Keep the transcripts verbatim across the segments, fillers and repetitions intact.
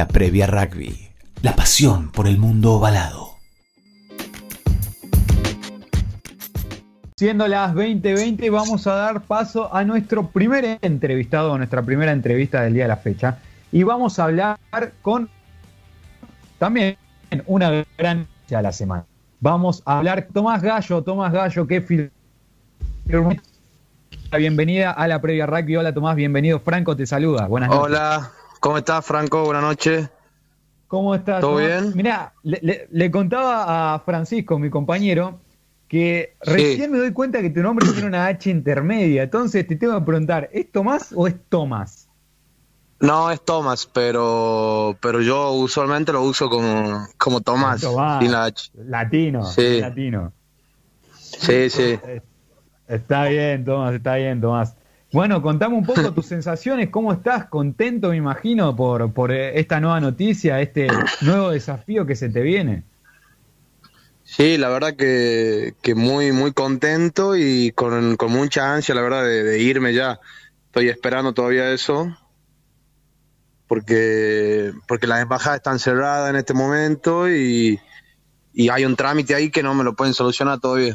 La previa rugby, la pasión por el mundo ovalado. Siendo las veinte veinte, vamos a dar paso a nuestro primer entrevistado, a nuestra primera entrevista del día de la fecha. Y vamos a hablar con también una gran noticia de la semana. Vamos a hablar con Tomás Gallo, Tomás Gallo, que fil... bienvenida a la previa rugby. Hola Tomás, bienvenido. Franco te saluda. Buenas noches. Hola, ¿cómo estás, Franco? Buenas noches. ¿Cómo estás? ¿Todo Tomás? bien? Mirá, le, le, le contaba a Francisco, mi compañero, que Sí. recién me doy cuenta que tu nombre tiene una H intermedia. Entonces te tengo que preguntar, ¿es Tomás o es Tomás? No, es Tomás, pero pero yo usualmente lo uso como, como Tomás, Tomás, sin la H. latino, Sí. latino. Sí, sí. Está bien, Tomás, está bien, Tomás. Bueno, contame un poco tus sensaciones, ¿cómo estás? Contento, me imagino, por, por esta nueva noticia, este nuevo desafío que se te viene. Sí, la verdad que, que muy muy contento y con, con mucha ansia, la verdad, de, de irme ya. Estoy esperando todavía eso, porque porque las embajadas están cerradas en este momento y, y hay un trámite ahí que no me lo pueden solucionar todavía.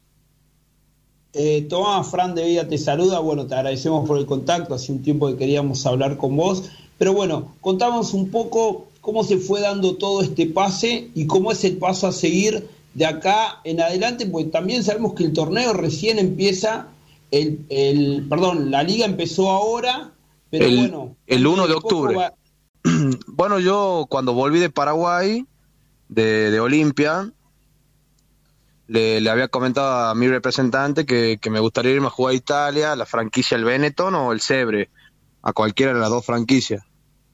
Eh, Tomás, Fran de Vida te saluda. Bueno, te agradecemos por el contacto. Hace un tiempo que queríamos hablar con vos. Pero bueno, contamos un poco cómo se fue dando todo este pase y cómo es el paso a seguir de acá en adelante, porque también sabemos que el torneo recién empieza, el, el perdón, la liga empezó ahora, pero el, bueno. El uno de octubre. Va... Bueno, yo cuando volví de Paraguay, de, de Olimpia, le, le había comentado a mi representante que, que me gustaría irme a jugar a Italia, la franquicia el Benetton o el Cebre, a cualquiera de las dos franquicias.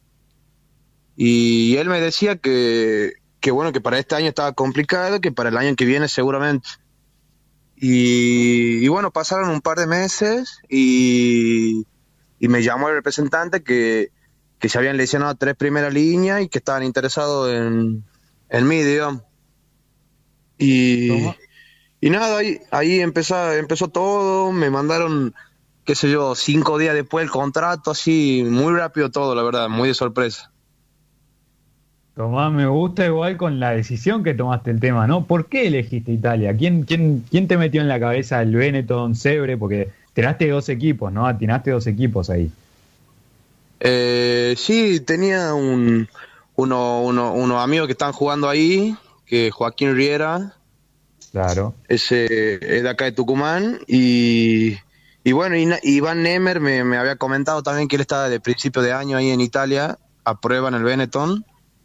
Y él me decía que, que bueno, que para este año estaba complicado, que para el año que viene seguramente. Y, y bueno, pasaron un par de meses y, y me llamó el representante que, que se habían lesionado tres primeras líneas y que estaban interesados en, en mí, digamos. Y, y nada, ahí, ahí empezó, empezó todo, me mandaron, qué sé yo, cinco días después el contrato, así, muy rápido todo, la verdad, muy de sorpresa. Tomás, me gusta igual con la decisión que tomaste el tema, ¿no? ¿Por qué elegiste Italia? ¿Quién, quién, quién te metió en la cabeza el Benetton, Cebre? Porque tiraste dos equipos, ¿no? Atinaste dos equipos ahí. Eh, sí, tenía un, uno, uno, unos amigos que están jugando ahí, que Joaquín Riera, claro, ese es de acá de Tucumán, y, y bueno, y, Iván Nemer me, me había comentado también que él estaba de principio de año ahí en Italia, a prueba en el Benetton.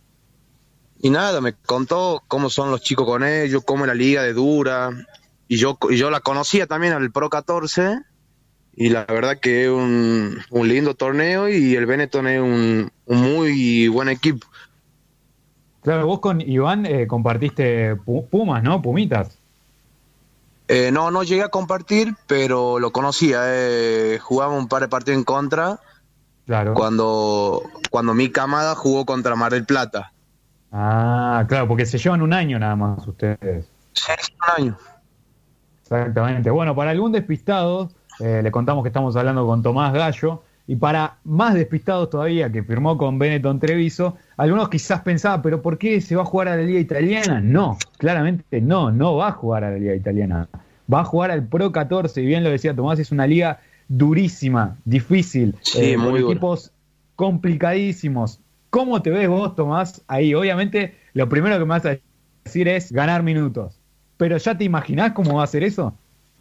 Y nada, me contó cómo son los chicos con ellos, cómo es la liga de dura. Y yo y yo la conocía también al Pro catorce. Y la verdad que es un, un lindo torneo y el Benetton es un, un muy buen equipo. Claro, vos con Iván eh, compartiste Pumas, ¿no? Pumitas. Eh, no, no llegué a compartir, pero lo conocía. Eh, jugamos un par de partidos en contra. Claro. Cuando, cuando mi camada jugó contra Mar del Plata. Ah, claro, porque se llevan un año nada más ustedes. Sí, un año. Exactamente. Bueno, para algún despistado, eh, le contamos que estamos hablando con Tomás Gallo, y para más despistados todavía, que firmó con Benetton Treviso, algunos quizás pensaban, ¿pero por qué se va a jugar a la Liga Italiana? No, claramente no, no va a jugar a la Liga Italiana. Va a jugar al Pro catorce, y bien lo decía Tomás, es una liga durísima, difícil, sí, eh, muy con equipos complicadísimos. ¿Cómo te ves vos, Tomás, ahí? Obviamente, lo primero que me vas a decir es ganar minutos. ¿Pero ya te imaginás cómo va a ser eso?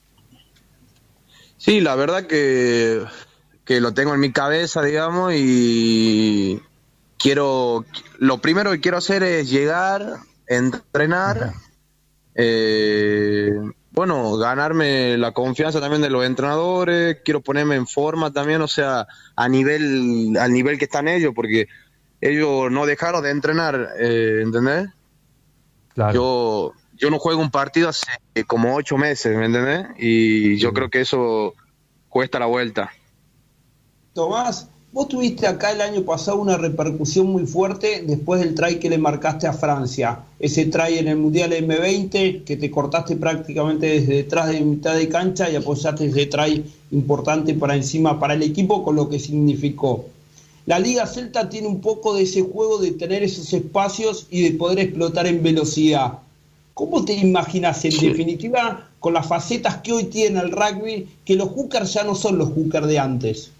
Sí, la verdad que, que lo tengo en mi cabeza, digamos, y quiero... Lo primero que quiero hacer es llegar, entrenar, eh, bueno, ganarme la confianza también de los entrenadores, quiero ponerme en forma también, o sea, a nivel, al nivel que están ellos, porque... ellos no dejaron de entrenar, eh, ¿entendés? Claro. Yo, yo no juego un partido hace como ocho meses, ¿me entendés? Y yo sí. creo que eso cuesta la vuelta. Tomás, vos tuviste acá el año pasado una repercusión muy fuerte después del try que le marcaste a Francia. Ese try en el Mundial eme veinte, que te cortaste prácticamente desde detrás de mitad de cancha y apoyaste ese try importante para encima para el equipo, con lo que significó. La Liga Celta tiene un poco de ese juego de tener esos espacios y de poder explotar en velocidad. ¿Cómo te imaginas en sí. definitiva con las facetas que hoy tiene el rugby, que los hookers ya no son los hookers de antes?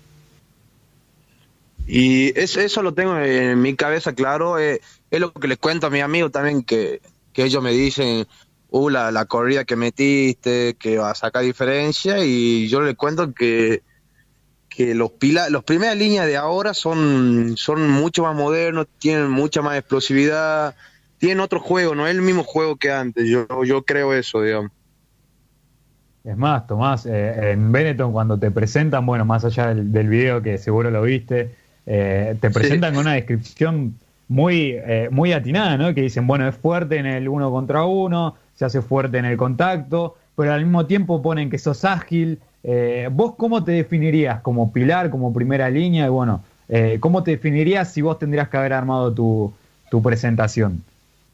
Y es, eso lo tengo en mi cabeza claro, eh, es lo que les cuento a mis amigos también, que, que ellos me dicen, uh, la, la corrida que metiste, que va a sacar diferencia, y yo les cuento que, que los pila, los primeras líneas de ahora son, son mucho más modernos, tienen mucha más explosividad, tienen otro juego, no es el mismo juego que antes, yo, yo creo eso, digamos. Es más, Tomás, eh, en Benetton cuando te presentan, bueno, más allá del, del video que seguro lo viste, eh, te presentan sí. con una descripción muy, eh, muy atinada, ¿no? Que dicen, bueno, es fuerte en el uno contra uno, se hace fuerte en el contacto, pero al mismo tiempo ponen que sos ágil. Eh, ¿Vos cómo te definirías como pilar, como primera línea? Y bueno, eh, ¿cómo te definirías si vos tendrías que haber armado tu, tu presentación?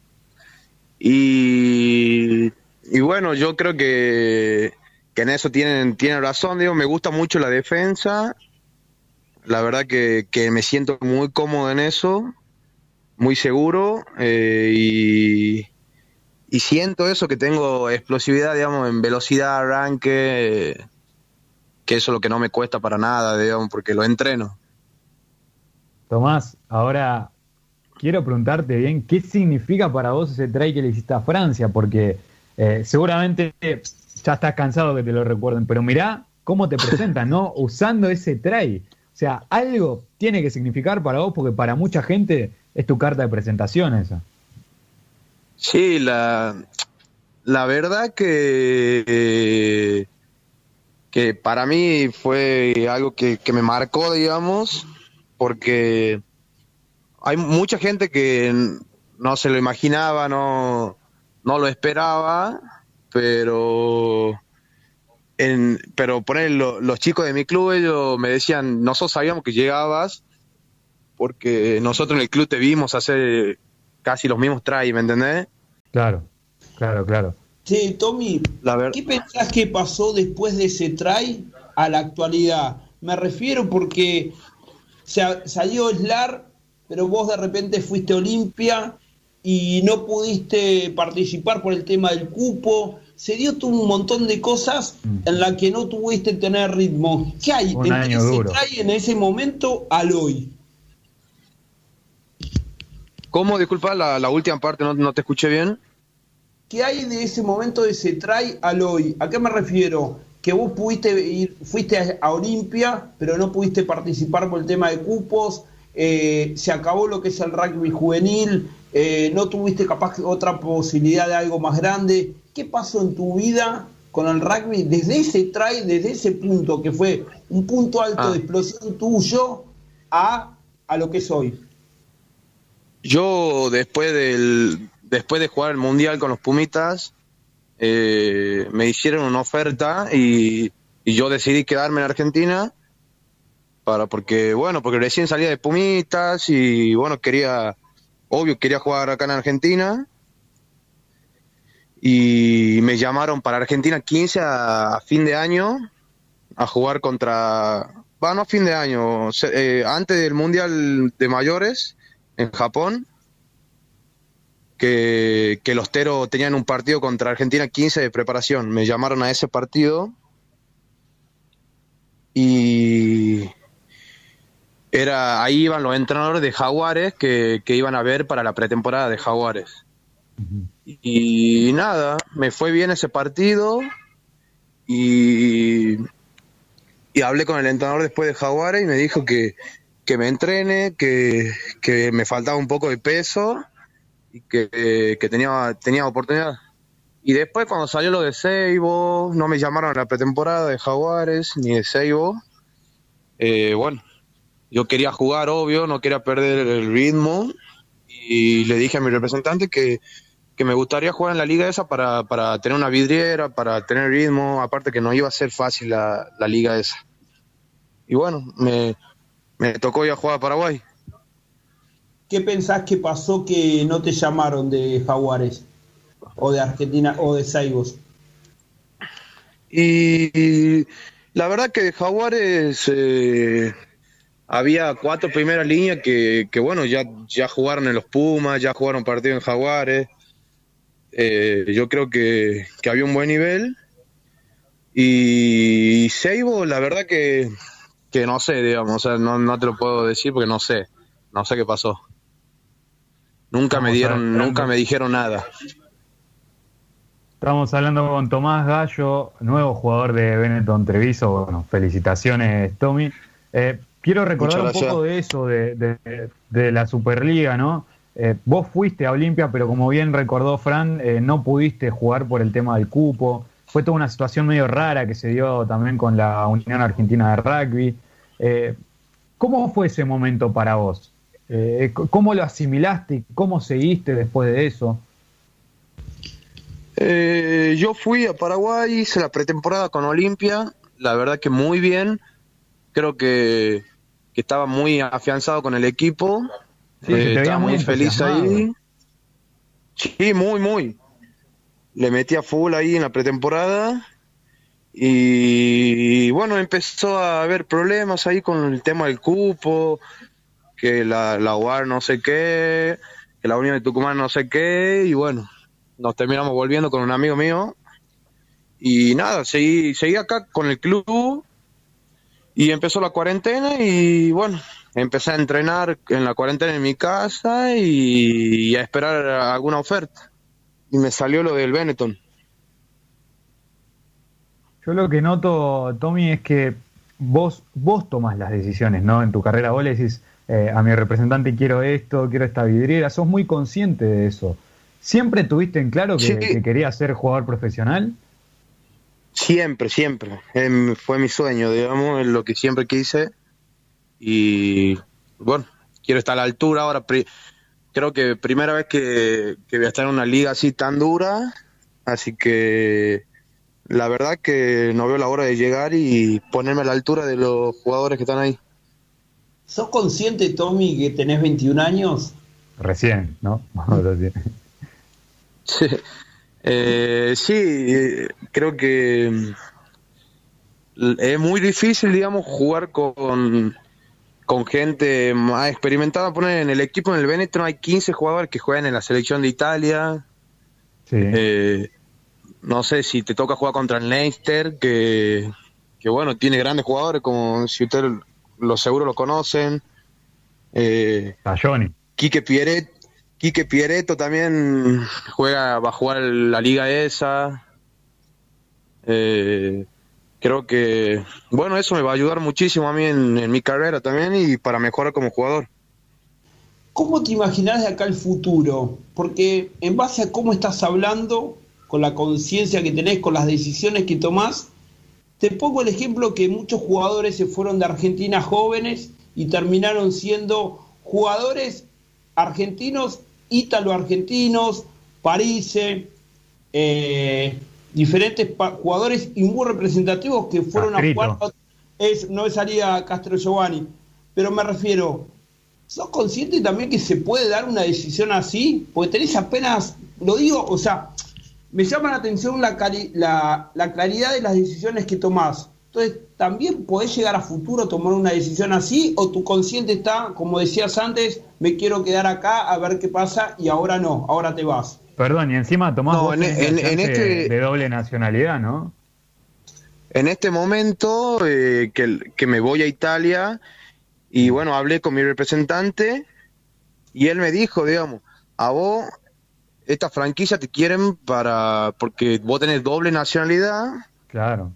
Y, y bueno, yo creo que, que en eso tienen, tienen razón, digo, me gusta mucho la defensa, la verdad que, que me siento muy cómodo en eso, muy seguro, eh, y, y siento eso, que tengo explosividad, digamos, en velocidad, arranque, eh, que eso es lo que no me cuesta para nada, digamos, porque lo entreno. Tomás, ahora quiero preguntarte bien, ¿qué significa para vos ese try que le hiciste a Francia? Porque eh, seguramente ya estás cansado que te lo recuerden, pero mirá cómo te presentan, ¿no? Usando ese try. O sea, algo tiene que significar para vos, porque para mucha gente es tu carta de presentación esa. Sí, la, la verdad que, eh, que para mí fue algo que, que me marcó, digamos, porque hay mucha gente que no se lo imaginaba, no, no lo esperaba, pero en, pero poner lo, los chicos de mi club, ellos me decían, nosotros sabíamos que llegabas, porque nosotros en el club te vimos hacer casi los mismos tries, ¿me entendés? Claro, claro, claro. Sí, Tommy, ver... ¿qué pensás que pasó después de ese try a la actualidad? Me refiero porque se, salió Slar, pero vos de repente fuiste Olimpia y no pudiste participar por el tema del cupo. Se dio un montón de cosas en las que no tuviste tener ritmo. ¿Qué hay un año ese duro. try en ese momento al hoy? ¿Cómo? Disculpa, la, la última parte no, no te escuché bien. ¿Qué hay de ese momento de ese try al hoy? ¿A qué me refiero? Que vos pudiste ir, fuiste a, a Olimpia, pero no pudiste participar por el tema de cupos, eh, se acabó lo que es el rugby juvenil, eh, no tuviste capaz otra posibilidad de algo más grande. ¿Qué pasó en tu vida con el rugby desde ese try, desde ese punto que fue un punto alto ah. de explosión tuyo a, a lo que es hoy? Yo después del después de jugar el Mundial con los Pumitas, eh, me hicieron una oferta y, y yo decidí quedarme en Argentina para porque bueno porque recién salía de Pumitas y bueno quería obvio quería jugar acá en Argentina y me llamaron para Argentina quince a, a fin de año a jugar contra bueno a fin de año eh, antes del Mundial de mayores en Japón, que, que los Teros tenían un partido contra Argentina quince de preparación. Me llamaron a ese partido y era ahí iban los entrenadores de Jaguares que, que iban a ver para la pretemporada de Jaguares. Uh-huh. Y, y nada, me fue bien ese partido y, y hablé con el entrenador después de Jaguares y me dijo que que me entrene, que, que me faltaba un poco de peso y que, que tenía, tenía oportunidad. Y después cuando salió lo de Seibo, no me llamaron a la pretemporada de Jaguares ni de Seibo. Eh, bueno, yo quería jugar, obvio, no quería perder el ritmo y le dije a mi representante que, que me gustaría jugar en la liga esa para, para tener una vidriera, para tener ritmo, aparte que no iba a ser fácil la, la liga esa. Y bueno, me... Me tocó ir a jugar a Paraguay. ¿Qué pensás que pasó que no te llamaron de Jaguares? O de Argentina, o de Saibos. Y la verdad que de Jaguares, eh, había cuatro primeras líneas que, que bueno, ya, ya jugaron en los Pumas, ya jugaron partido en Jaguares. Eh, yo creo que, que había un buen nivel. Y Seibo, la verdad que, que no sé, digamos, o sea, no, no te lo puedo decir porque no sé, no sé qué pasó. Nunca me dieron, nunca me dijeron nada. Estamos hablando con Tomás Gallo, nuevo jugador de Benetton Treviso. Bueno, felicitaciones, Tommy. Eh, quiero recordar un poco de eso, de, de, de la Superliga, ¿no? Eh, vos fuiste a Olimpia, pero como bien recordó Fran, eh, no pudiste jugar por el tema del cupo. Fue toda una situación medio rara que se dio también con la Unión Argentina de Rugby. Eh, ¿Cómo fue ese momento para vos? Eh, ¿Cómo lo asimilaste? ¿Cómo seguiste después de eso? Eh, yo fui a Paraguay, hice la pretemporada con Olimpia, la verdad que muy bien. Creo que, que estaba muy afianzado con el equipo. Sí, eh, estaba muy, muy feliz ahí. Sí, muy, muy. Le metí a full ahí en la pretemporada y bueno, empezó a haber problemas ahí con el tema del cupo, que la, la U A R no sé qué, que la Unión de Tucumán no sé qué, y bueno, nos terminamos volviendo con un amigo mío y nada, seguí, seguí acá con el club y empezó la cuarentena y bueno, empecé a entrenar en la cuarentena en mi casa y, y a esperar alguna oferta. Y me salió lo del Benetton. Yo lo que noto, Tommy, es que vos vos tomás las decisiones, ¿no? En tu carrera vos le decís eh, a mi representante quiero esto, quiero esta vidriera, sos muy consciente de eso. ¿Siempre tuviste en claro que, sí. que querías ser jugador profesional? Siempre, siempre. Eh, fue mi sueño, digamos, es lo que siempre quise. Y bueno, quiero estar a la altura ahora. Pri- Creo que primera vez que, que voy a estar en una liga así tan dura, así que la verdad que no veo la hora de llegar y ponerme a la altura de los jugadores que están ahí. ¿Sos consciente, Tommy, que tenés veintiún años? Recién, ¿no? sí, eh, sí, creo que es muy difícil, digamos, jugar con... con gente más experimentada. Poner en el equipo, en el Benetton hay quince jugadores que juegan en la selección de Italia. Sí. Eh, no sé si te toca jugar contra el Leicester, que, que bueno, tiene grandes jugadores, como si ustedes lo seguro lo conocen. Eh, A Johnny. Quique Pieret, Quique Pieretto también juega, va a jugar la liga esa. Eh, Creo que, bueno, eso me va a ayudar muchísimo a mí en, en mi carrera también y para mejorar como jugador. ¿Cómo te imaginás de acá el futuro? Porque en base a cómo estás hablando, con la conciencia que tenés, con las decisiones que tomás, te pongo el ejemplo que muchos jugadores se fueron de Argentina jóvenes y terminaron siendo jugadores argentinos, ítalo-argentinos, Parise, eh... diferentes pa- jugadores y muy representativos que fueron Castrito. a jugar. Es, no me salía Castro Giovanni, pero me refiero, ¿sos consciente también que se puede dar una decisión así? Porque tenés apenas, lo digo, o sea, me llama la atención la, cari- la, la claridad de las decisiones que tomás. Entonces, ¿también podés llegar a futuro tomar una decisión así? ¿O tu consciente está, como decías antes, me quiero quedar acá a ver qué pasa y ahora no, ahora te vas? Perdón, y encima tomás no, vos en, en, en este, de doble nacionalidad, ¿no? En este momento eh, que, que me voy a Italia y bueno, hablé con mi representante y él me dijo, digamos, a vos esta franquicia te quieren para porque vos tenés doble nacionalidad. Claro.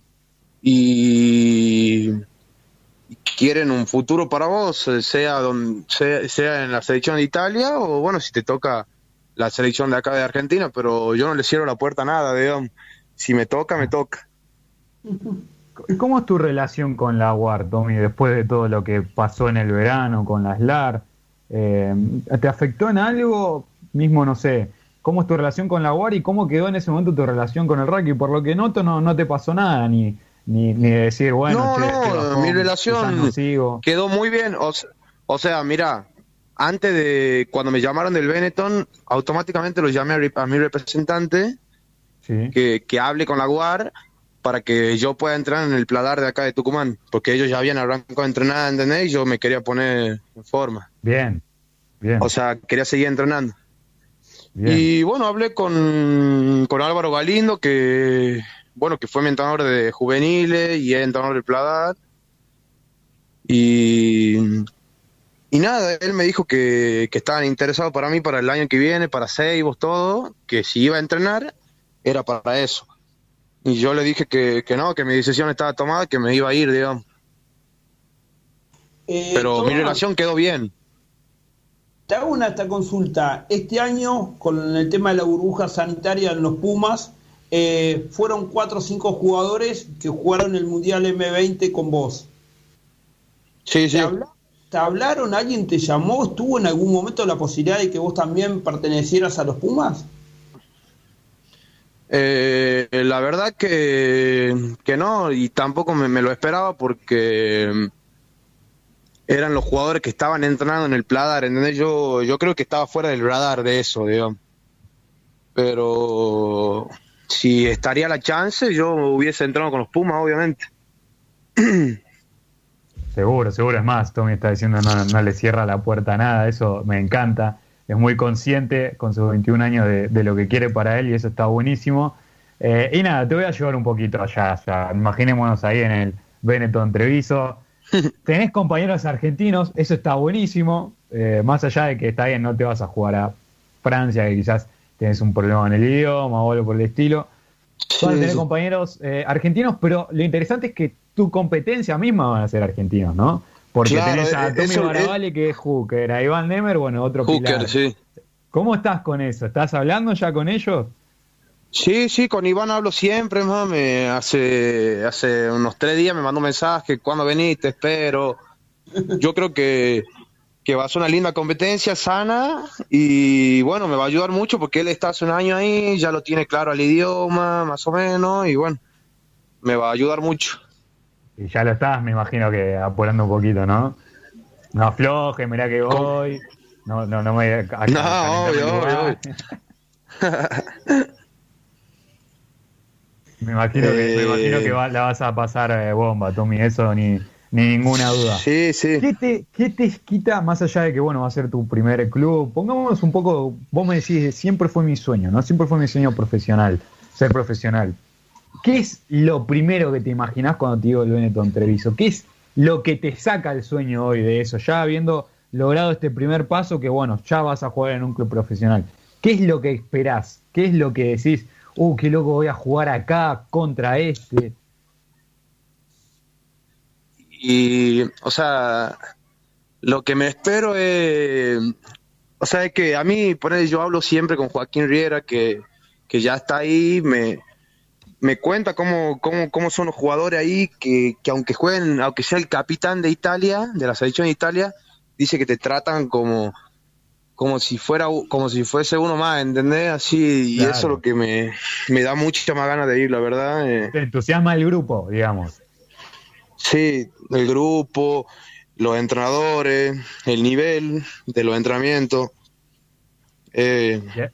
Y quieren un futuro para vos, sea, donde, sea, sea en la selección de Italia o bueno, si te toca la selección de acá de Argentina, pero yo no le cierro la puerta a nada, digamos. Si me toca, me toca. ¿Cómo es tu relación con la U A R, Tommy, después de todo lo que pasó en el verano con la S L A R? Eh, ¿Te afectó en algo? Mismo, no sé, ¿cómo es tu relación con la U A R y cómo quedó en ese momento tu relación con el rugby? Por lo que noto, no, no te pasó nada, ni, ni, ni decir, bueno... No, che, no, bajón, mi relación no sigo. quedó muy bien. O, o sea, mira... Antes de, cuando me llamaron del Benetton, automáticamente lo llamé a, a mi representante, sí. que, que hable con la U A R, para que yo pueda entrenar en el Pladar de acá de Tucumán, porque ellos ya habían arrancado a entrenar, ¿entendés? Y yo me quería poner en forma. Bien, bien. O sea, quería seguir entrenando. Bien. Y bueno, hablé con, con Álvaro Galindo, que bueno, que fue mi entrenador de juveniles y es entrenador del Pladar. Y, y nada, él me dijo que, que estaban interesados para mí para el año que viene, para Seibos, todo, que si iba a entrenar, era para eso. Y yo le dije que, que no, que mi decisión estaba tomada, que me iba a ir, digamos. Eh, Pero Tomás, mi relación quedó bien. te hago una esta consulta. Este año, con el tema de la burbuja sanitaria en los Pumas, eh, fueron cuatro o cinco jugadores que jugaron el Mundial eme veinte con vos. Sí, sí. ¿Te, habla- ¿Te hablaron? ¿Alguien te llamó? ¿Estuvo en algún momento la posibilidad de que vos también pertenecieras a los Pumas? Eh, la verdad que, que no, y tampoco me, me lo esperaba porque eran los jugadores que estaban entrenando en el Pladar, ¿entendés? Yo, yo creo que estaba fuera del radar de eso, digamos. Pero si estaría la chance, yo hubiese entrado con los Pumas, obviamente. Seguro, seguro. Es más, Tommy está diciendo no, no le cierra la puerta a nada, eso me encanta. Es muy consciente con sus veintiún años de, de lo que quiere para él y eso está buenísimo. Eh, y nada, te voy a llevar un poquito allá, allá. Imaginémonos ahí en el Benetton Treviso. Tenés compañeros argentinos, eso está buenísimo. Eh, más allá de que está bien, no te vas a jugar a Francia, que quizás tenés un problema en el idioma o algo por el estilo. Sí, Vas a tener sí. compañeros eh, argentinos, pero lo interesante es que tu competencia misma van a ser argentinos, ¿no? Porque Claro, tenés a eh, Tommy eso, Baravale, que es hooker, a Iván Nemer, bueno, otro pilar. Hooker, sí. ¿Cómo estás con eso? ¿Estás hablando ya con ellos? Sí, sí, con Iván hablo siempre, mami. Hace, hace unos tres días me mandó un mensaje, ¿cuándo venís? Te espero. Yo creo que, que va a ser una linda competencia, sana, y bueno, me va a ayudar mucho porque él está hace un año ahí, ya lo tiene claro el idioma, más o menos, y bueno, me va a ayudar mucho. Y ya lo estás, me imagino que apurando un poquito, ¿no? No afloje, mirá que voy. No, no, no me... acá- No, calentarme el obvio, lugar. obvio, Me imagino que, me Eh, imagino que va- la vas a pasar eh, bomba, Tommy, eso ni, ni ninguna duda. Sí, sí. ¿Qué te, ¿Qué te quita, más allá de que, bueno, va a ser tu primer club? Pongámonos un poco, vos me decís, siempre fue mi sueño, ¿no? Siempre fue mi sueño profesional, ser profesional. ¿Qué es lo primero que te imaginás cuando te digo el Benetton Treviso? ¿Qué es lo que te saca el sueño hoy de eso? Ya habiendo logrado este primer paso que, bueno, ya vas a jugar en un club profesional. ¿Qué es lo que esperás? ¿Qué es lo que decís? Uh, qué loco voy a jugar acá contra este. Y, o sea, lo que me espero es, o sea, es que a mí, por ejemplo, yo hablo siempre con Joaquín Riera, que, que ya está ahí, me, me cuenta cómo, cómo, cómo son los jugadores ahí, que, que aunque jueguen, aunque sea el capitán de Italia, de la selección de Italia, dice que te tratan como, como si fuera, como si fuese uno más, ¿entendés? Así, Claro. y eso es lo que me, me da mucha más ganas de ir, la verdad. eh. Te entusiasma el grupo, digamos. Sí, el grupo, los entrenadores, el nivel de los entrenamientos. Eh, ¿Ya?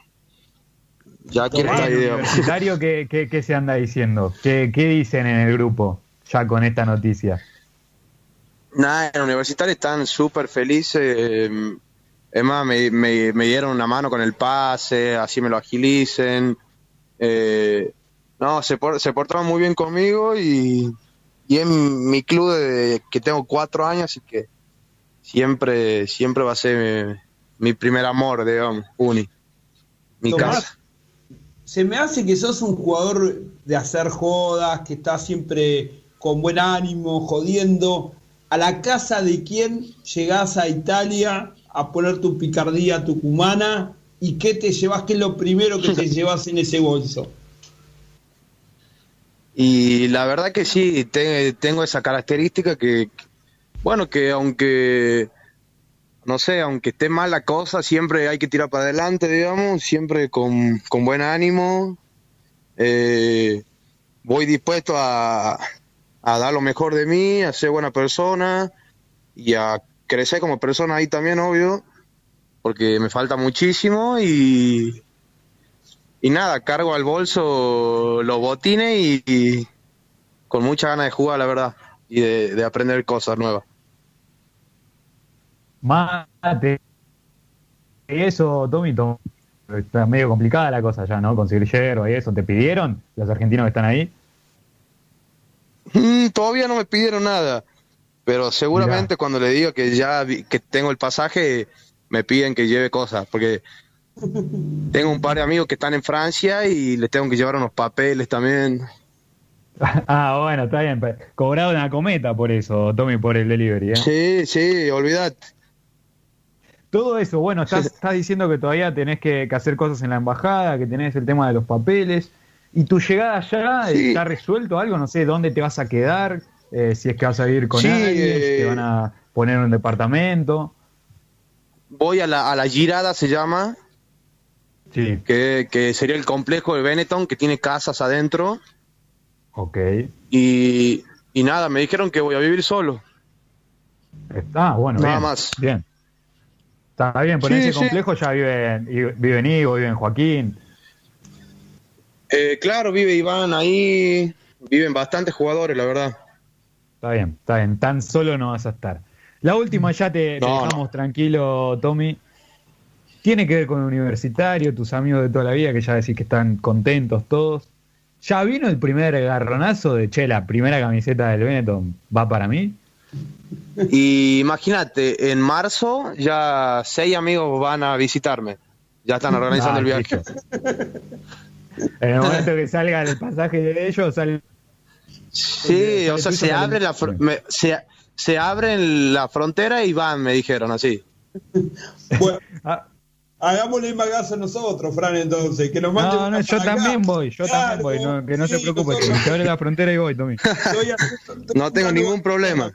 ya quiero ¿En estar el ahí, digamos. universitario qué, qué, qué se anda diciendo? ¿Qué, ¿Qué dicen en el grupo ya con esta noticia? Nada, en el universitario están súper felices. eh, es más, me, me, me dieron una mano con el pase, así me lo agilicen. Eh, no, se, por, se portaron muy bien conmigo y, y es mi club de que tengo cuatro años, así que siempre, siempre va a ser mi, mi primer amor, digamos, Uni, mi Tomás, casa. se me hace que sos un jugador de hacer jodas, que está siempre con buen ánimo, jodiendo. ¿A la casa de quién llegás a Italia a poner tu picardía tucumana? ¿Y qué te llevas? ¿Qué es lo primero que te llevas en ese bolso? Y la verdad que sí, te- tengo esa característica que, bueno, que aunque, no sé, aunque esté mal la cosa, siempre hay que tirar para adelante, digamos, siempre con, con buen ánimo. Eh, voy dispuesto a, a dar lo mejor de mí, a ser buena persona y a crecer como persona ahí también, obvio, porque me falta muchísimo y, y nada, cargo al bolso los botines y, y con mucha ganas de jugar, la verdad, y de, de aprender cosas nuevas. Mate. Y eso, Tommy, Tom, está medio complicada la cosa ya, ¿no? Conseguir hierro y eso. ¿Te pidieron los argentinos que están ahí? Mm, todavía no me pidieron nada, pero seguramente Mirá. cuando le diga que ya vi- que tengo el pasaje, me piden que lleve cosas, porque tengo un par de amigos que están en Francia y les tengo que llevar unos papeles también. Ah, bueno, está bien. pe- Cobrado una cometa por eso, Tommy, por el delivery, ¿eh? Sí, sí, olvidate. Todo eso, bueno, estás, estás diciendo que todavía tenés que, que hacer cosas en la embajada, que tenés el tema de los papeles. ¿Y tu llegada allá Sí. está resuelto algo? No sé, ¿dónde te vas a quedar? Eh, si es que vas a vivir con Sí, alguien, si te eh, van a poner en un departamento. Voy a la, a la Girada, se llama, Sí, que, que sería el complejo de Benetton, que tiene casas adentro, ok. y, y nada, me dijeron que voy a vivir solo. Ah, bueno, Nada bien. más. Bien. Está bien, pero en Sí, ese sí. complejo ya viven, y- viven Ivo, viven Joaquín. Eh, claro, vive Iván ahí, viven bastantes jugadores, la verdad. Está bien, está bien. Tan solo no vas a estar. La última ya te, te No, dejamos no. tranquilo, Tommy. Tiene que ver con el universitario, tus amigos de toda la vida, que ya decís que están contentos todos. ¿Ya vino el primer garronazo de, che, la primera camiseta del Benetton va para mí? Y imagínate, en marzo ya seis amigos van a visitarme. Ya están organizando Ah, el viaje. listo. En el momento que salga el pasaje de ellos, sale... Sí, o sea, se abre la fr- me- se, se abre la frontera y van, me dijeron así. Bueno, Ah, hagámosle más gaso a nosotros, Fran, entonces, que nos manden no, no, una yo para acá. también voy, yo también Claro, voy, no, que no se sí, preocupe, que nosotros- se abre la frontera y voy, Tommy. Estoy haciendo- No tengo ningún problema.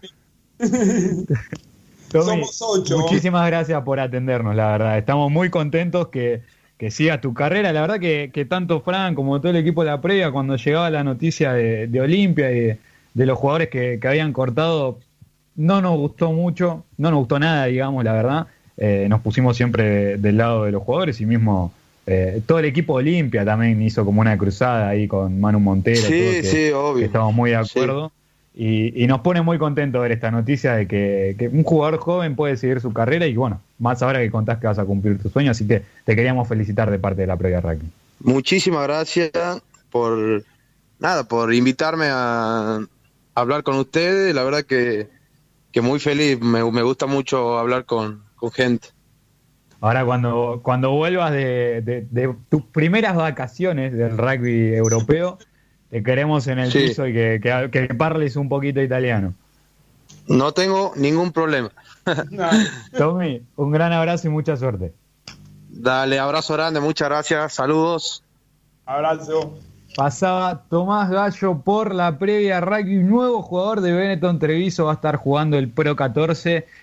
Tommy, Somos ocho. muchísimas gracias por atendernos, la verdad. Estamos muy contentos que, que sigas tu carrera. La verdad que, que tanto Fran como todo el equipo de la previa, cuando llegaba la noticia de, de Olimpia y de, de los jugadores que, que habían cortado, no nos gustó mucho, no nos gustó nada, digamos, la verdad. Eh, nos pusimos siempre de- del lado de los jugadores y mismo eh, todo el equipo de Olimpia también hizo como una cruzada ahí con Manu Montero. Sí, todo, que, sí, obvio. que estamos muy de Sí. acuerdo. Y, y nos pone muy contentos ver esta noticia de que, que un jugador joven puede seguir su carrera y bueno, más ahora que contás que vas a cumplir tu sueño, así que te queríamos felicitar de parte de la previa rugby. Muchísimas gracias por nada, por invitarme a hablar con ustedes. La verdad que, que muy feliz. Me, me gusta mucho hablar con, con gente. Ahora cuando, cuando vuelvas de, de- de tus primeras vacaciones del rugby europeo, te queremos en el Sí. piso y que, que, que parles un poquito italiano. No tengo ningún problema. Tommy, un gran abrazo y mucha suerte. Dale, abrazo grande, muchas gracias, saludos. Abrazo. Pasaba Tomás Gallo por la previa rugby, nuevo jugador de Benetton Treviso, va a estar jugando el Pro catorce